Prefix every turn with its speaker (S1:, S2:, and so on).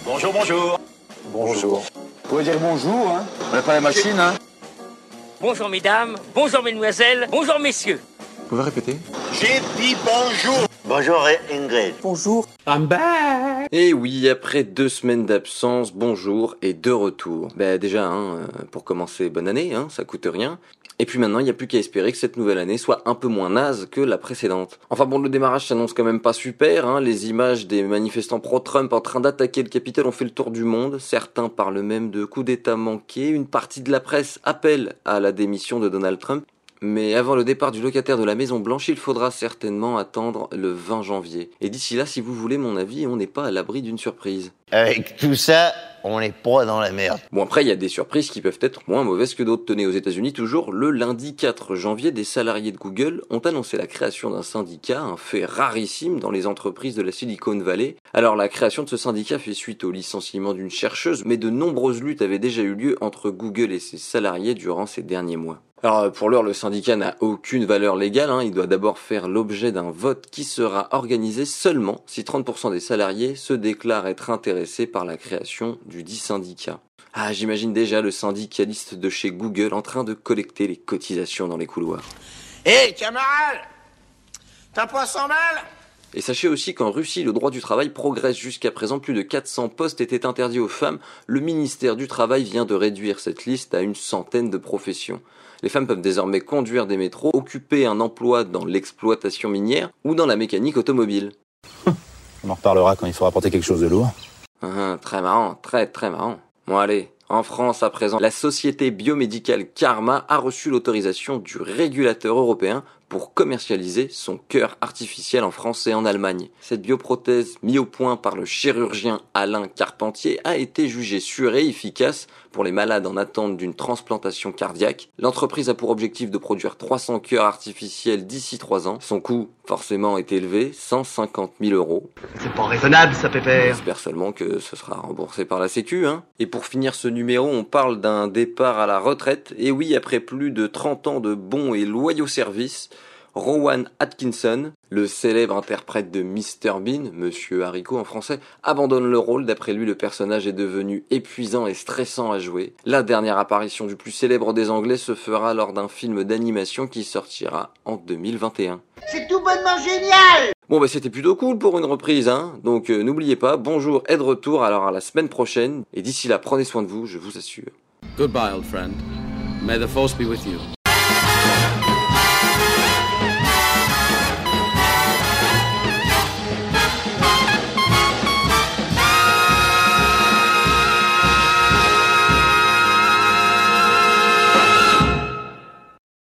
S1: Bonjour, bonjour.
S2: Bonjour. Vous pouvez dire bonjour, hein. On n'a pas la machine, hein.
S3: Bonjour mesdames, bonjour mesdemoiselles, bonjour messieurs.
S4: Vous pouvez répéter?
S1: J'ai dit bonjour.
S5: Bonjour Ingrid.
S2: Bonjour.
S4: I'm back.
S6: Et oui, après 2 semaines d'absence, bonjour et de retour. Déjà, pour commencer, bonne année, ça coûte rien. Et puis maintenant, il n'y a plus qu'à espérer que cette nouvelle année soit un peu moins naze que la précédente. Enfin bon, le démarrage s'annonce quand même pas super, Les images des manifestants pro-Trump en train d'attaquer le Capitole ont fait le tour du monde. Certains parlent même de coup d'État manqué. Une partie de la presse appelle à la démission de Donald Trump. Mais avant le départ du locataire de la Maison Blanche, il faudra certainement attendre le 20 janvier. Et d'ici là, si vous voulez mon avis, on n'est pas à l'abri d'une surprise.
S5: Avec tout ça, on n'est pas dans la merde.
S6: Bon, après, il y a des surprises qui peuvent être moins mauvaises que d'autres. Tenez, aux États-Unis, toujours, le lundi 4 janvier, des salariés de Google ont annoncé la création d'un syndicat, un fait rarissime dans les entreprises de la Silicon Valley. Alors, la création de ce syndicat fait suite au licenciement d'une chercheuse, mais de nombreuses luttes avaient déjà eu lieu entre Google et ses salariés durant ces derniers mois. Alors pour l'heure, le syndicat n'a aucune valeur légale, il doit d'abord faire l'objet d'un vote qui sera organisé seulement si 30% des salariés se déclarent être intéressés par la création du dit syndicat. Ah, j'imagine déjà le syndicaliste de chez Google en train de collecter les cotisations dans les couloirs.
S1: Hé, camarade, t'as pas 100 balles?
S6: Et sachez aussi qu'en Russie, le droit du travail progresse. Jusqu'à présent, plus de 400 postes étaient interdits aux femmes. Le ministère du Travail vient de réduire cette liste à une centaine de professions. Les femmes peuvent désormais conduire des métros, occuper un emploi dans l'exploitation minière ou dans la mécanique automobile.
S4: On en reparlera quand il faudra porter quelque chose de lourd.
S6: Très marrant, très marrant. Bon allez, en France à présent, la société biomédicale Karma a reçu l'autorisation du régulateur européen pour commercialiser son cœur artificiel en France et en Allemagne. Cette bioprothèse mise au point par le chirurgien Alain Carpentier a été jugée sûre et efficace pour les malades en attente d'une transplantation cardiaque. L'entreprise a pour objectif de produire 300 cœurs artificiels d'ici 3 ans. Son coût, forcément, est élevé, 150 000 €.
S7: C'est pas raisonnable, ça, pépère.
S6: J'espère seulement que ce sera remboursé par la Sécu, Et pour finir ce numéro, on parle d'un départ à la retraite. Et oui, après plus de 30 ans de bons et loyaux services, Rowan Atkinson, le célèbre interprète de Mr Bean, Monsieur Haricot en français, abandonne le rôle. D'après lui, le personnage est devenu épuisant et stressant à jouer. La dernière apparition du plus célèbre des Anglais se fera lors d'un film d'animation qui sortira en 2021.
S5: C'est tout bonnement génial!
S6: Bon c'était plutôt cool pour une reprise, Donc n'oubliez pas, bonjour est de retour, alors à la semaine prochaine. Et d'ici là, prenez soin de vous, je vous assure.
S8: Goodbye, old friend. May the force be with you.